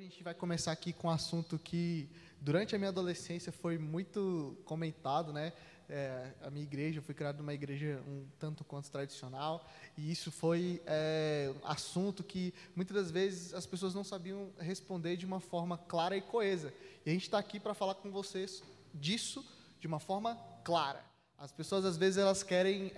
gente vai começar aqui com um assunto que, durante a minha adolescência, foi muito comentado, né? A minha igreja, eu fui criado numa igreja um tanto quanto tradicional, e isso foi um assunto que, muitas das vezes, as pessoas não sabiam responder de uma forma clara e coesa. E a gente está aqui para falar com vocês disso de uma forma clara. As pessoas, às vezes, elas querem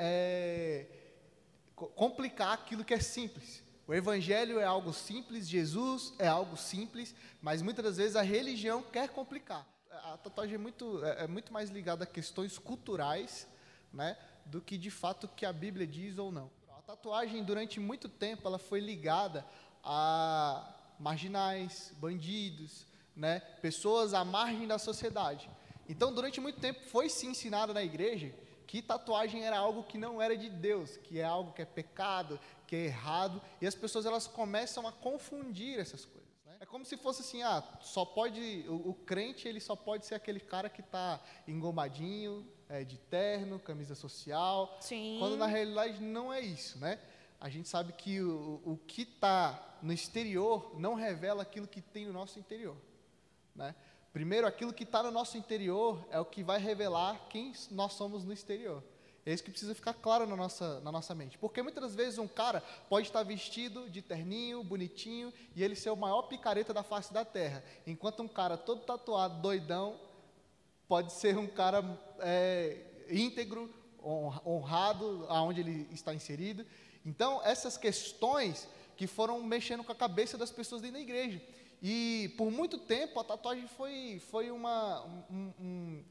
complicar aquilo que é simples. O evangelho é algo simples, Jesus é algo simples, mas muitas das vezes a religião quer complicar. A tatuagem é muito mais ligada a questões culturais, né, do que de fato que a Bíblia diz ou não. A tatuagem, durante muito tempo, ela foi ligada a marginais, bandidos, né, pessoas à margem da sociedade. Então, durante muito tempo, foi se ensinado na igreja que tatuagem era algo que não era de Deus, que é algo que é pecado, que é errado, e as pessoas elas começam a confundir essas coisas, né? É como se fosse assim, só pode, o crente ele só pode ser aquele cara que está engomadinho, de terno, camisa social, Sim. Quando na realidade não é isso, né? A gente sabe que o que está no exterior não revela aquilo que tem no nosso interior, né? Primeiro, aquilo que está no nosso interior é o que vai revelar quem nós somos no exterior. É isso que precisa ficar claro na nossa mente. Porque muitas das vezes um cara pode estar vestido de terninho, bonitinho, e ele ser o maior picareta da face da terra. Enquanto um cara todo tatuado, doidão, pode ser um cara íntegro, honrado, aonde ele está inserido. Então, essas questões que foram mexendo com a cabeça das pessoas dentro da igreja. E por muito tempo a tatuagem foi um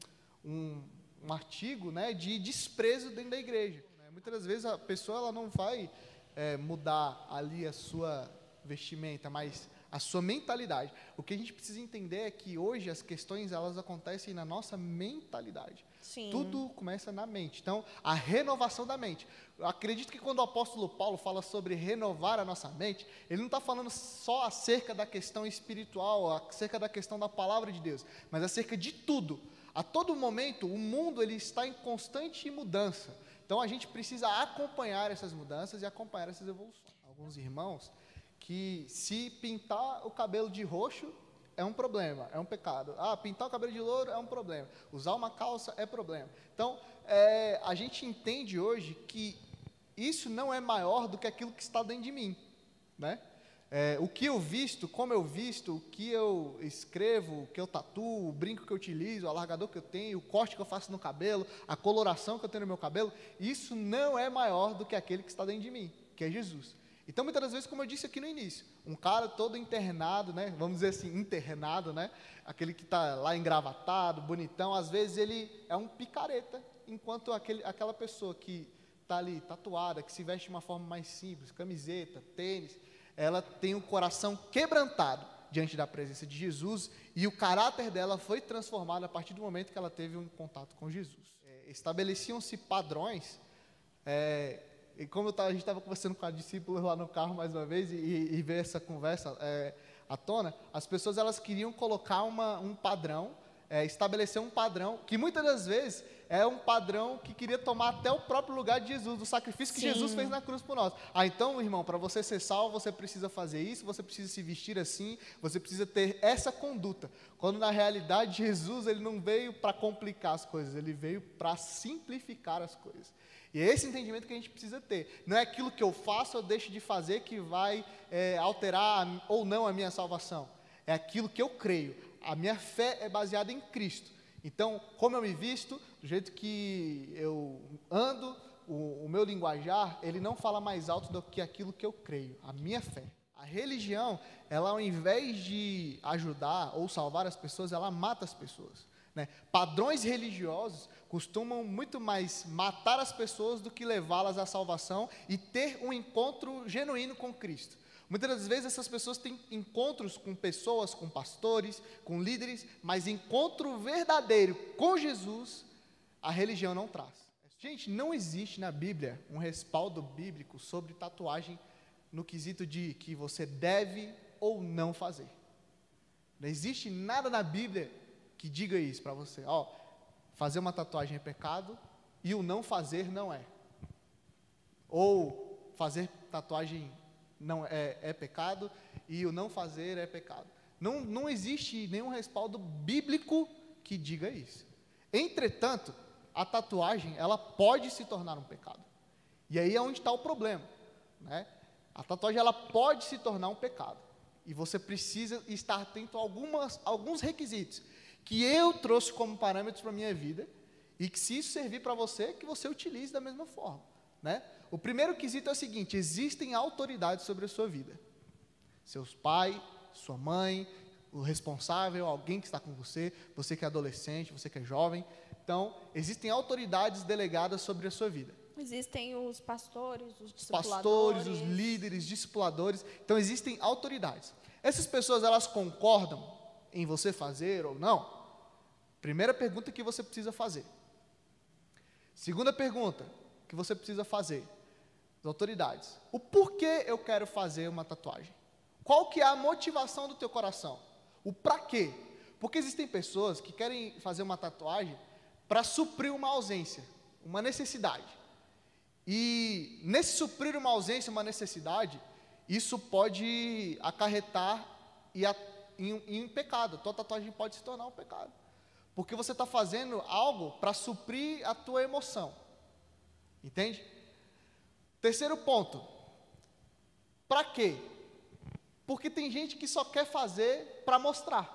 artigo, né, de desprezo dentro da igreja. Muitas das vezes a pessoa ela não vai mudar ali a sua vestimenta, mas a sua mentalidade. O que a gente precisa entender é que hoje as questões elas acontecem na nossa mentalidade. Sim. Tudo começa na mente. Então, a renovação da mente. Eu acredito que quando o apóstolo Paulo fala sobre renovar a nossa mente, ele não está falando só acerca da questão espiritual, acerca da questão da palavra de Deus, mas acerca de tudo. A todo momento, o mundo ele está em constante mudança. Então, a gente precisa acompanhar essas mudanças e acompanhar essas evoluções. Alguns irmãos que se pintar o cabelo de roxo é um problema, é um pecado. Pintar o cabelo de louro é um problema. Usar uma calça é problema. Então, a gente entende hoje que isso não é maior do que aquilo que está dentro de mim, né? O que eu visto, como eu visto, o que eu escrevo, o que eu tatuo, o brinco que eu utilizo, o alargador que eu tenho, o corte que eu faço no cabelo, a coloração que eu tenho no meu cabelo, isso não é maior do que aquele que está dentro de mim, que é Jesus. Então, muitas das vezes, como eu disse aqui no início, um cara todo internado, né, vamos dizer assim, internado, né, aquele que está lá engravatado, bonitão, às vezes ele é um picareta, enquanto aquela pessoa que está ali tatuada, que se veste de uma forma mais simples, camiseta, tênis, ela tem o coração quebrantado diante da presença de Jesus e o caráter dela foi transformado a partir do momento que ela teve um contato com Jesus. Estabeleciam-se padrões, e como a gente estava conversando com a discípula lá no carro mais uma vez e ver essa conversa à tona, as pessoas elas queriam colocar um padrão, estabelecer um padrão, que muitas das vezes é um padrão que queria tomar até o próprio lugar de Jesus, do sacrifício que Jesus fez na cruz por nós. Então, irmão, para você ser salvo, você precisa fazer isso, você precisa se vestir assim, você precisa ter essa conduta. Quando na realidade Jesus ele não veio para complicar as coisas, ele veio para simplificar as coisas. E é esse entendimento que a gente precisa ter. Não é aquilo que eu faço ou deixo de fazer que vai alterar ou não a minha salvação. É aquilo que eu creio. A minha fé é baseada em Cristo. Então, como eu me visto, do jeito que eu ando, o meu linguajar, ele não fala mais alto do que aquilo que eu creio, a minha fé. A religião, ela ao invés de ajudar ou salvar as pessoas, ela mata as pessoas, né? Padrões religiosos costumam muito mais matar as pessoas do que levá-las à salvação e ter um encontro genuíno com Cristo. Muitas das vezes essas pessoas têm encontros com pessoas, com pastores, com líderes, mas encontro verdadeiro com Jesus, a religião não traz. Gente, não existe na Bíblia um respaldo bíblico sobre tatuagem no quesito de que você deve ou não fazer. Não existe nada na Bíblia que diga isso para você. Fazer uma tatuagem é pecado e o não fazer não é. Ou fazer tatuagem não é pecado e o não fazer é pecado. Não existe nenhum respaldo bíblico que diga isso. Entretanto, a tatuagem, ela pode se tornar um pecado. E aí é onde está o problema, né? A tatuagem, ela pode se tornar um pecado. E você precisa estar atento a alguns requisitos que eu trouxe como parâmetros para a minha vida, e que, se isso servir para você, que você utilize da mesma forma, né? O primeiro quesito é o seguinte: existem autoridades sobre a sua vida. Seus pais, sua mãe, o responsável, alguém que está com você, você que é adolescente, você que é jovem. Então, existem autoridades delegadas sobre a sua vida. Existem os pastores, os Pastores, discipuladores. os líderes, discipuladores. Então, existem autoridades. Essas pessoas, elas concordam em você fazer ou não? Primeira pergunta que você precisa fazer. Segunda pergunta que você precisa fazer: as autoridades. O porquê eu quero fazer uma tatuagem? Qual que é a motivação do teu coração? O para quê? Porque existem pessoas que querem fazer uma tatuagem para suprir uma ausência, uma necessidade. E nesse suprir uma ausência, uma necessidade, isso pode acarretar em um pecado. A tua tatuagem pode se tornar um pecado, porque você está fazendo algo para suprir a tua emoção. Entende? Terceiro ponto: para quê? Porque tem gente que só quer fazer para mostrar.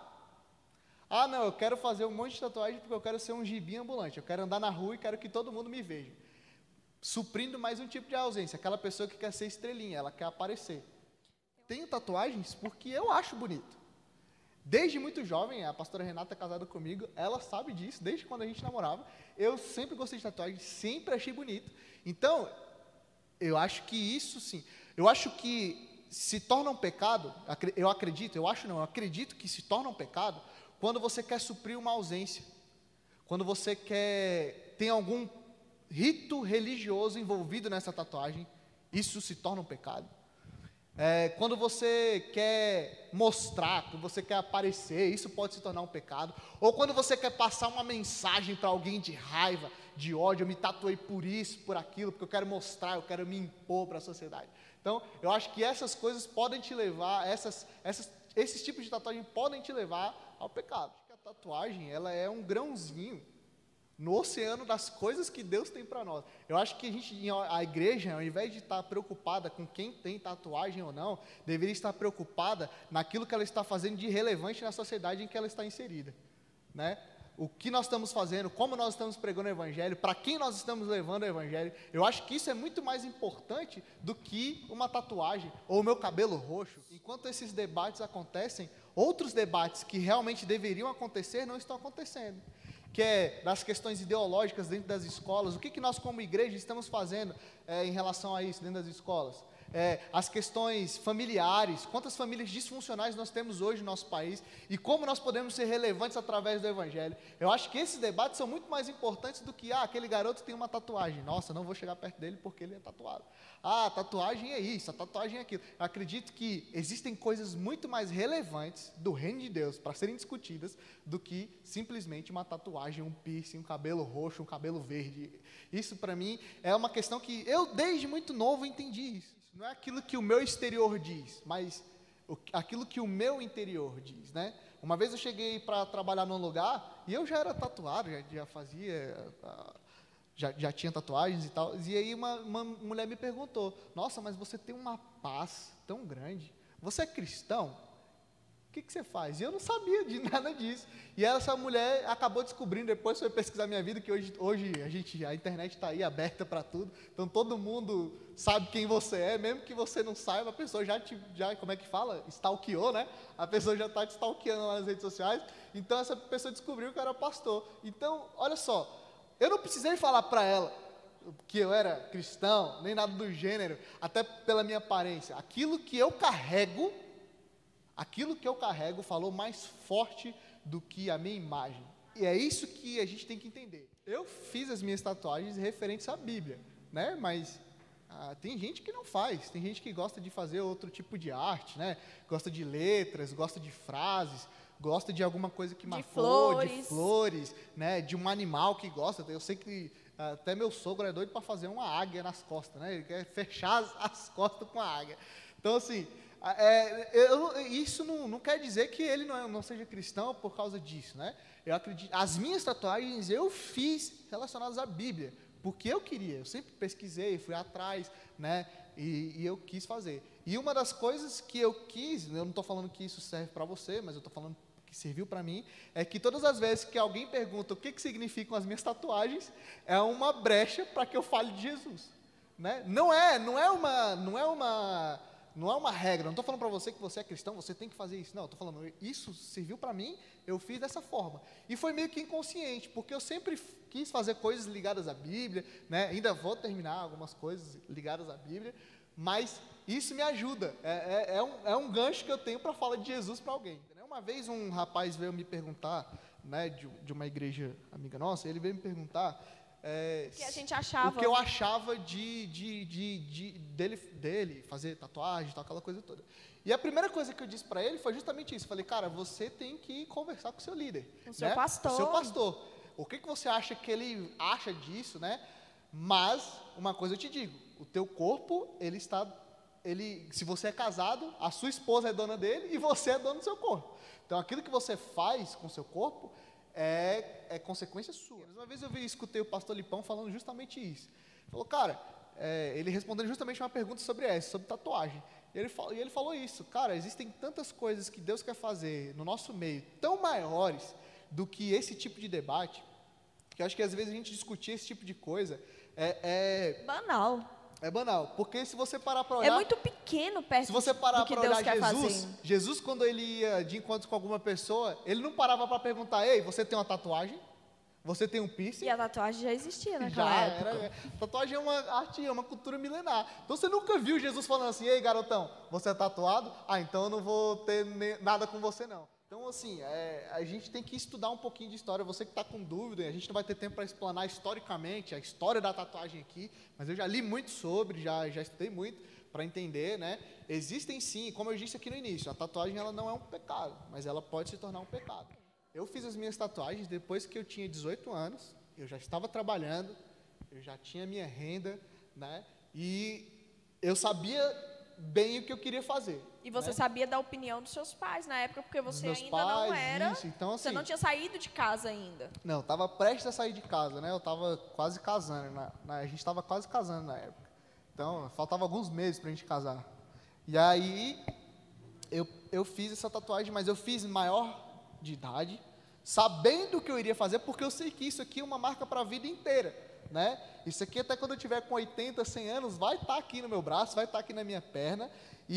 Ah, não, eu quero fazer um monte de tatuagem porque eu quero ser um gibi ambulante. Eu quero andar na rua e quero que todo mundo me veja. Suprindo mais um tipo de ausência. Aquela pessoa que quer ser estrelinha, ela quer aparecer. Tenho tatuagens porque eu acho bonito. Desde muito jovem, a pastora Renata é casada comigo, ela sabe disso, desde quando a gente namorava. Eu sempre gostei de tatuagem, sempre achei bonito. Então, eu acho que isso sim. Eu acho que se torna um pecado, eu acredito que se torna um pecado quando você quer suprir uma ausência, quando você tem algum rito religioso envolvido nessa tatuagem, isso se torna um pecado. Quando você quer mostrar, quando você quer aparecer, isso pode se tornar um pecado. Ou quando você quer passar uma mensagem para alguém de raiva, de ódio: eu me tatuei por isso, por aquilo, porque eu quero mostrar, eu quero me impor para a sociedade. Então, eu acho que essas coisas podem te levar, esses tipos de tatuagem podem te levar ao pecado. A tatuagem, ela é um grãozinho no oceano das coisas que Deus tem para nós. Eu acho que a igreja, ao invés de estar preocupada com quem tem tatuagem ou não, deveria estar preocupada naquilo que ela está fazendo de relevante na sociedade em que ela está inserida, né? O que nós estamos fazendo, como nós estamos pregando o Evangelho, para quem nós estamos levando o Evangelho. Eu acho que isso é muito mais importante do que uma tatuagem ou o meu cabelo roxo. Enquanto esses debates acontecem, outros debates que realmente deveriam acontecer não estão acontecendo, que é das questões ideológicas dentro das escolas. O que nós como igreja estamos fazendo em relação a isso dentro das escolas? As questões familiares, quantas famílias disfuncionais nós temos hoje no nosso país e como nós podemos ser relevantes através do Evangelho. Eu acho que esses debates são muito mais importantes do que, aquele garoto tem uma tatuagem, nossa, não vou chegar perto dele porque ele é tatuado. A tatuagem é isso, a tatuagem é aquilo. Eu acredito que existem coisas muito mais relevantes do reino de Deus para serem discutidas do que simplesmente uma tatuagem, um piercing, um cabelo roxo, um cabelo verde. Isso para mim é uma questão que eu desde muito novo entendi isso. Não é aquilo que o meu exterior diz, mas aquilo que o meu interior diz, né? Uma vez eu cheguei para trabalhar num lugar e eu já era tatuado, já fazia, já tinha tatuagens e tal. E aí uma mulher me perguntou: nossa, mas você tem uma paz tão grande, você é cristão? O que você faz? E eu não sabia de nada disso. E essa mulher acabou descobrindo, depois foi pesquisar minha vida, que hoje a internet está aí aberta para tudo. Então todo mundo sabe quem você é, mesmo que você não saiba, a pessoa já como é que fala? Stalkeou, né? A pessoa já está te stalkeando lá nas redes sociais. Então essa pessoa descobriu que eu era pastor. Então, olha só, eu não precisei falar para ela que eu era cristão, nem nada do gênero, até pela minha aparência. Aquilo que eu carrego falou mais forte do que a minha imagem. E é isso que a gente tem que entender. Eu fiz as minhas tatuagens referentes à Bíblia, né? Mas tem gente que não faz, tem gente que gosta de fazer outro tipo de arte, né? Gosta de letras, gosta de frases, gosta de alguma coisa que marcou, de flores, né? De um animal que gosta. Eu sei que até meu sogro é doido para fazer uma águia nas costas, né? Ele quer fechar as costas com a águia. Então, assim, Isso não quer dizer que ele não seja cristão por causa disso, né? Eu acredito, as minhas tatuagens eu fiz relacionadas à Bíblia, porque eu queria, eu sempre pesquisei, fui atrás, né? E eu quis fazer. E uma das coisas que eu quis, eu não estou falando que isso serve para você, mas eu estou falando que serviu para mim, é que todas as vezes que alguém pergunta o que significam as minhas tatuagens, é uma brecha para que eu fale de Jesus, né? Não é uma regra, não estou falando para você que você é cristão, você tem que fazer isso. Não, estou falando, isso serviu para mim, eu fiz dessa forma. E foi meio que inconsciente, porque eu sempre quis fazer coisas ligadas à Bíblia, né? Ainda vou terminar algumas coisas ligadas à Bíblia, mas isso me ajuda. É um gancho que eu tenho para falar de Jesus para alguém. Uma vez um rapaz veio me perguntar, né, de uma igreja amiga nossa, ele veio me perguntar que a gente achava. o que eu achava dele fazer tatuagem, tal, aquela coisa toda. E a primeira coisa que eu disse para ele foi justamente isso. Eu falei, cara, você tem que conversar com o seu líder. Com o seu pastor. O seu pastor. O que você acha que ele acha disso, né? Mas, uma coisa eu te digo, o teu corpo, se você é casado, a sua esposa é dona dele e você é dono do seu corpo. Então, aquilo que você faz com o seu corpo é consequência sua. Uma vez eu escutei o pastor Lipão falando justamente isso. Ele falou, cara, ele respondendo justamente uma pergunta sobre tatuagem. E ele falou isso, cara, existem tantas coisas que Deus quer fazer no nosso meio, tão maiores do que esse tipo de debate, que eu acho que às vezes a gente discutir esse tipo de coisa banal. É banal, porque se você parar para olhar... É muito pequeno perto se você parar do que para Deus olhar quer fazer. Jesus, quando ele ia de encontro com alguma pessoa, ele não parava para perguntar, ei, você tem uma tatuagem? Você tem um piercing? E a tatuagem já existia naquela época. Tatuagem é uma arte, é uma cultura milenar. Então você nunca viu Jesus falando assim, ei, garotão, você é tatuado? Ah, então eu não vou ter nada com você não. Então, assim, a gente tem que estudar um pouquinho de história. Você que está com dúvida, a gente não vai ter tempo para explanar historicamente a história da tatuagem aqui, mas eu já li muito sobre, já estudei muito para entender, né? Existem sim, como eu disse aqui no início, a tatuagem ela não é um pecado, mas ela pode se tornar um pecado. Eu fiz as minhas tatuagens depois que eu tinha 18 anos, eu já estava trabalhando, eu já tinha minha renda, né? E eu sabia bem o que eu queria fazer. E você, né, sabia da opinião dos seus pais na época, porque você ainda pais, não era, isso. Então, assim, você não tinha saído de casa ainda. Não, eu estava prestes a sair de casa, né? Eu estava quase casando, a gente estava quase casando na época. Então, faltava alguns meses para a gente casar. E aí, eu fiz essa tatuagem, mas eu fiz maior de idade, sabendo o que eu iria fazer, porque eu sei que isso aqui é uma marca para a vida inteira, né? Isso aqui até quando eu tiver com 80, 100 anos, vai estar aqui no meu braço, vai estar aqui na minha perna,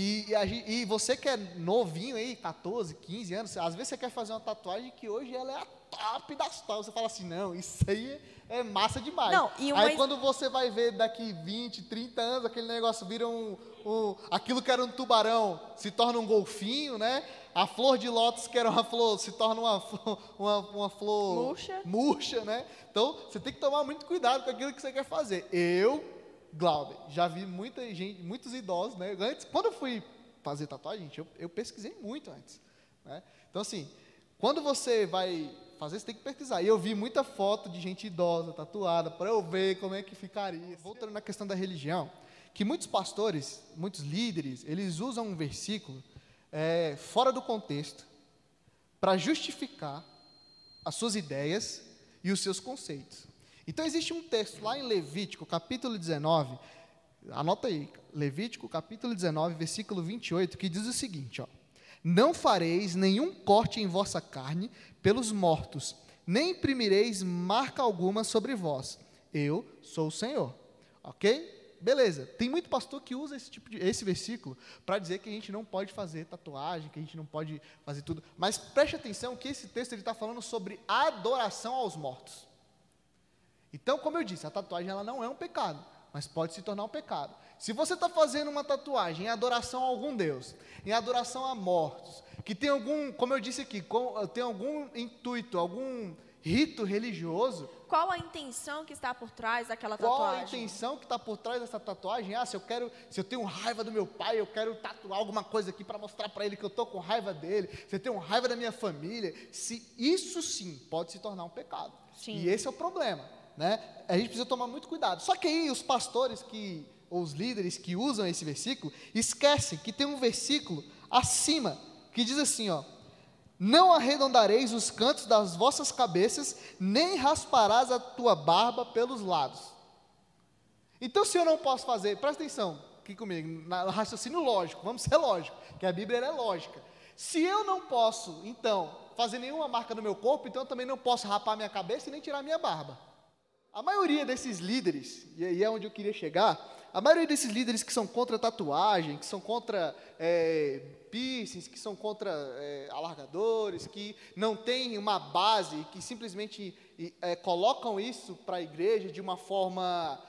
e você que é novinho aí, 14, 15 anos, às vezes você quer fazer uma tatuagem que hoje ela é a top das tops, você fala assim, não, isso aí é massa demais. Não, aí quando você vai ver daqui 20, 30 anos, aquele negócio vira aquilo que era um tubarão, se torna um golfinho, né? A flor de lótus, que era uma flor, se torna uma flor murcha, né? Então, você tem que tomar muito cuidado com aquilo que você quer fazer. Glauber, já vi muita gente, muitos idosos, né? Antes, quando eu fui fazer tatuagem, gente, eu pesquisei muito antes, né? Então, assim, quando você vai fazer, você tem que pesquisar. E eu vi muita foto de gente idosa, tatuada, para eu ver como é que ficaria. Voltando na questão da religião, que muitos pastores, muitos líderes, eles usam um versículo fora do contexto para justificar as suas ideias e os seus conceitos. Então, existe um texto lá em Levítico, capítulo 19, anota aí, Levítico, capítulo 19, versículo 28, que diz o seguinte, ó, não fareis nenhum corte em vossa carne pelos mortos, nem imprimireis marca alguma sobre vós. Eu sou o Senhor. Ok? Beleza. Tem muito pastor que usa esse versículo para dizer que a gente não pode fazer tatuagem, que a gente não pode fazer tudo. Mas preste atenção que esse texto está falando sobre adoração aos mortos. Então, como eu disse, a tatuagem ela não é um pecado, mas pode se tornar um pecado. Se você está fazendo uma tatuagem em adoração a algum Deus, em adoração a mortos, que tem algum, como eu disse aqui, tem algum intuito, algum rito religioso... Qual a intenção que está por trás daquela tatuagem? Qual a intenção que está por trás dessa tatuagem? Se eu tenho raiva do meu pai, eu quero tatuar alguma coisa aqui para mostrar para ele que eu estou com raiva dele. Se eu tenho raiva da minha família, isso sim pode se tornar um pecado. Sim. E esse é o problema, né? A gente precisa tomar muito cuidado. Só que aí os pastores que ou os líderes que usam esse versículo, esquecem que tem um versículo acima, que diz assim, ó: não arredondareis os cantos das vossas cabeças, nem rasparás a tua barba pelos lados. Então, se eu não posso fazer, presta atenção aqui comigo, no raciocínio lógico, vamos ser lógico, que a Bíblia ela é lógica. Se eu não posso, então, fazer nenhuma marca no meu corpo, então eu também não posso rapar minha cabeça e nem tirar minha barba. A maioria desses líderes, e aí é onde eu queria chegar, a maioria desses líderes que são contra tatuagem, que são contra piercings, que são contra alargadores, que não têm uma base, que simplesmente colocam isso para a igreja de uma forma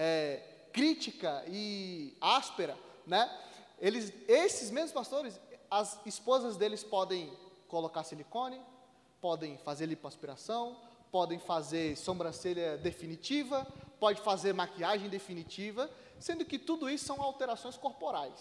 crítica e áspera, né? Esses mesmos pastores, as esposas deles podem colocar silicone, podem fazer lipoaspiração, podem fazer sobrancelha definitiva, pode fazer maquiagem definitiva, sendo que tudo isso são alterações corporais.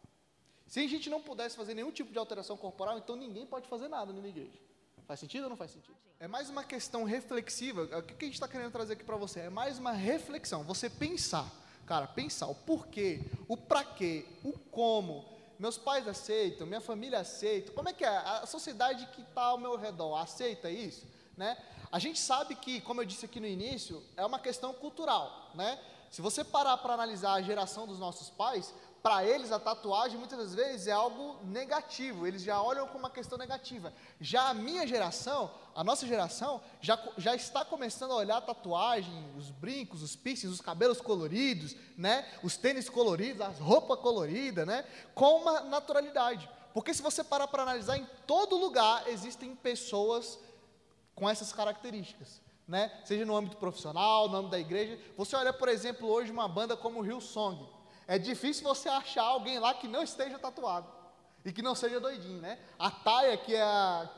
Se a gente não pudesse fazer nenhum tipo de alteração corporal, então ninguém pode fazer nada na igreja. Faz sentido ou não faz sentido? É mais uma questão reflexiva. O que a gente está querendo trazer aqui para você? É mais uma reflexão. Você pensar, cara, pensar o porquê, o para quê, o como. Meus pais aceitam, minha família aceita. Como é que é? A sociedade que está ao meu redor aceita isso? Né? A gente sabe que, como eu disse aqui no início, é uma questão cultural, né? Se você parar para analisar a geração dos nossos pais, para eles a tatuagem muitas das vezes é algo negativo, eles já olham como uma questão negativa. Já a minha geração, a nossa geração, já está começando a olhar a tatuagem, os brincos, os piercings, os cabelos coloridos, né? Os tênis coloridos, as roupas coloridas, né? Com uma naturalidade. Porque se você parar para analisar, em todo lugar existem pessoas com essas características, né? Seja no âmbito profissional, no âmbito da igreja. Você olha, por exemplo, hoje uma banda como o Hillsong. É difícil você achar alguém lá que não esteja tatuado e que não seja doidinho, né? A Taia, que é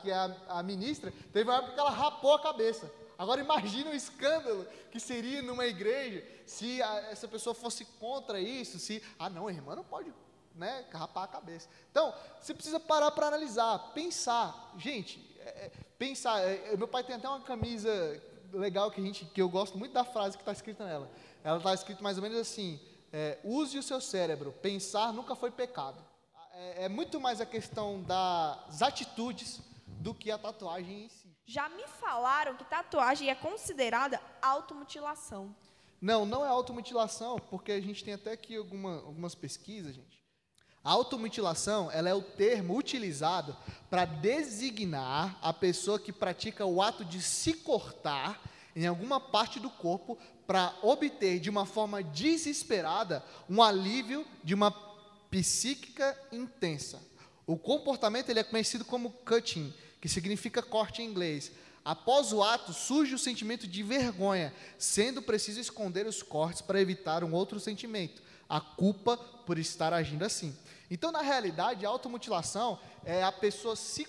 a ministra, teve uma época que ela rapou a cabeça. Agora imagine o escândalo que seria numa igreja se essa pessoa fosse contra isso, não, a irmã não pode, né, rapar a cabeça. Então, você precisa parar para analisar, pensar. Gente, pensar. Meu pai tem até uma camisa legal que eu gosto muito da frase que está escrita nela. Ela está escrita mais ou menos assim: use o seu cérebro, pensar nunca foi pecado. É muito mais a questão das atitudes do que a tatuagem em si. Já me falaram que tatuagem é considerada automutilação. Não é automutilação, porque a gente tem até aqui algumas pesquisas, gente. A automutilação, ela é o termo utilizado para designar a pessoa que pratica o ato de se cortar em alguma parte do corpo para obter de uma forma desesperada um alívio de uma psíquica intensa. O comportamento ele é conhecido como cutting, que significa corte em inglês. Após o ato, surge o sentimento de vergonha, sendo preciso esconder os cortes para evitar um outro sentimento, a culpa por estar agindo assim. Então, na realidade, a automutilação é a pessoa se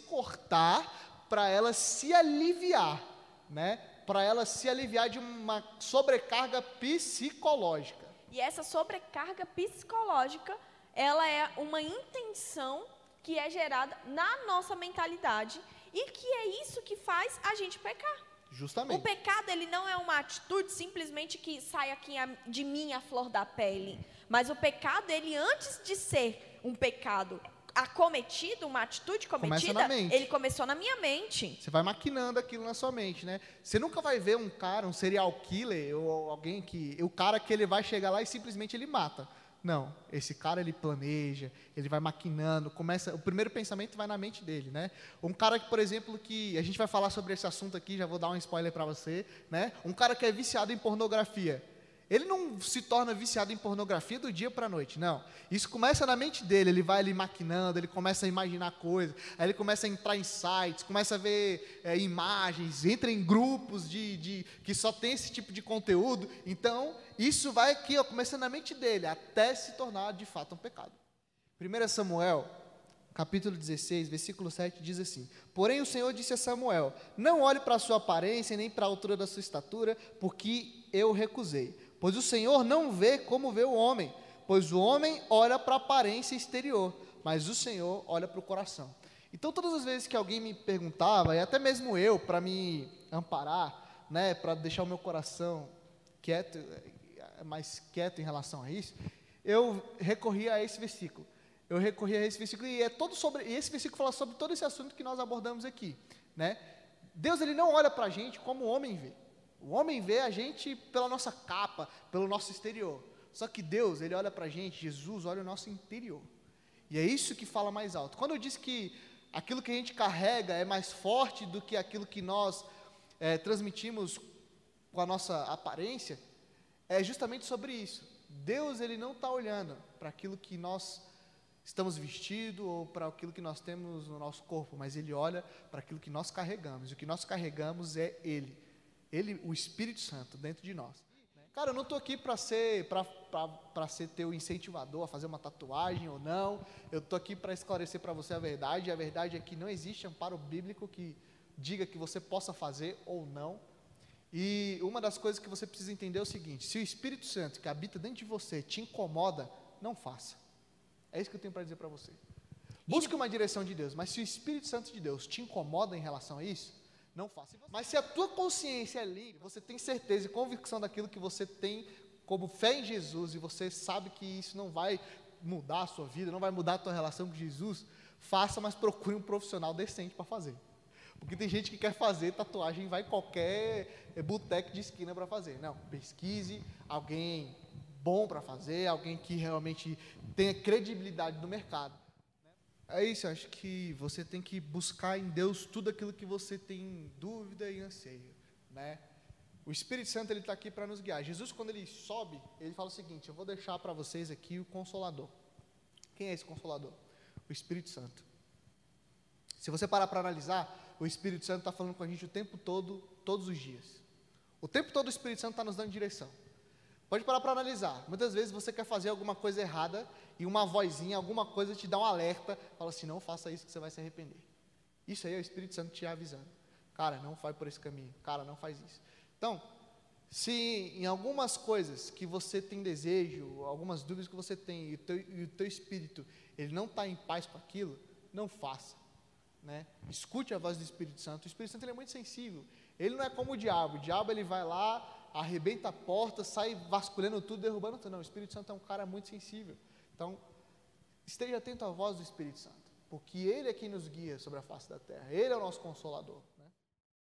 cortar para ela se aliviar, né? Para ela se aliviar de uma sobrecarga psicológica. E essa sobrecarga psicológica, ela é uma intenção que é gerada na nossa mentalidade e que é isso que faz a gente pecar. Justamente. O pecado, ele não é uma atitude simplesmente que sai aqui de mim a flor da pele. Mas o pecado, ele antes de ser um pecado acometido, uma atitude cometida, ele começou na minha mente. Você vai maquinando aquilo na sua mente, né? Você nunca vai ver um cara, um serial killer, ou alguém o cara que ele vai chegar lá e simplesmente ele mata. Não, esse cara ele planeja, ele vai maquinando, o primeiro pensamento vai na mente dele, né? Um cara que, por exemplo, que a gente vai falar sobre esse assunto aqui, já vou dar um spoiler para você, né? Um cara que é viciado em pornografia. Ele não se torna viciado em pornografia do dia para a noite, não. Isso começa na mente dele, ele vai ali maquinando, ele começa a imaginar coisas, aí ele começa a entrar em sites, começa a ver imagens, entra em grupos que só tem esse tipo de conteúdo. Então, isso vai aqui, começando na mente dele, até se tornar de fato um pecado. 1 Samuel, capítulo 16, versículo 7, diz assim: porém o Senhor disse a Samuel: não olhe para a sua aparência, nem para a altura da sua estatura, porque eu recusei. Pois o Senhor não vê como vê o homem, pois o homem olha para a aparência exterior, mas o Senhor olha para o coração. Então, todas as vezes que alguém me perguntava, e até mesmo eu, para me amparar, né, para deixar o meu coração quieto, mais quieto em relação a isso, eu recorri a esse versículo. E é todo sobre, e esse versículo fala sobre todo esse assunto que nós abordamos aqui, né? Deus, ele não olha para a gente como o homem vê. O homem vê a gente pela nossa capa, pelo nosso exterior. Só que Deus, ele olha para a gente, Jesus olha o nosso interior. E é isso que fala mais alto. Quando eu disse que aquilo que a gente carrega é mais forte do que aquilo que nós transmitimos com a nossa aparência, é justamente sobre isso. Deus, ele não está olhando para aquilo que nós estamos vestidos ou para aquilo que nós temos no nosso corpo, mas ele olha para aquilo que nós carregamos. E o que nós carregamos é Ele, o Espírito Santo dentro de nós. Cara, eu não estou aqui para ser teu incentivador a fazer uma tatuagem ou não. Eu estou aqui para esclarecer para você a verdade. A verdade é que não existe amparo bíblico que diga que você possa fazer ou não. E uma das coisas que você precisa entender é o seguinte: se o Espírito Santo que habita dentro de você te incomoda, não faça. É isso que eu tenho para dizer para você. Busque uma direção de Deus, mas se o Espírito Santo de Deus te incomoda em relação a isso, não faça. Mas se a tua consciência é livre, você tem certeza e convicção daquilo que você tem como fé em Jesus, e você sabe que isso não vai mudar a sua vida, não vai mudar a tua relação com Jesus, faça, mas procure um profissional decente para fazer. Porque tem gente que quer fazer tatuagem, vai em qualquer boteco de esquina para fazer. Não, pesquise alguém bom para fazer, alguém que realmente tenha credibilidade no mercado. É isso, eu acho que você tem que buscar em Deus tudo aquilo que você tem dúvida e anseio, né? O Espírito Santo, ele está aqui para nos guiar. Jesus, quando ele sobe, ele fala o seguinte: eu vou deixar para vocês aqui o Consolador. Quem é esse Consolador? O Espírito Santo. Se você parar para analisar, o Espírito Santo está falando com a gente o tempo todo, todos os dias. O tempo todo o Espírito Santo está nos dando direção. Pode parar para analisar. Muitas vezes você quer fazer alguma coisa errada e uma vozinha, alguma coisa te dá um alerta, fala assim: não faça isso que você vai se arrepender. Isso aí é o Espírito Santo te avisando. Cara, não vai por esse caminho. Cara, não faz isso. Então, se em algumas coisas que você tem desejo, algumas dúvidas que você tem, e o teu espírito, ele não está em paz com aquilo, não faça, né? Escute a voz do Espírito Santo. O Espírito Santo, ele é muito sensível. Ele não é como o diabo, ele vai lá, arrebenta a porta, sai vasculhando tudo, derrubando tudo. Não, o Espírito Santo é um cara muito sensível. Então, esteja atento à voz do Espírito Santo, porque ele é quem nos guia sobre a face da terra. Ele é o nosso Consolador.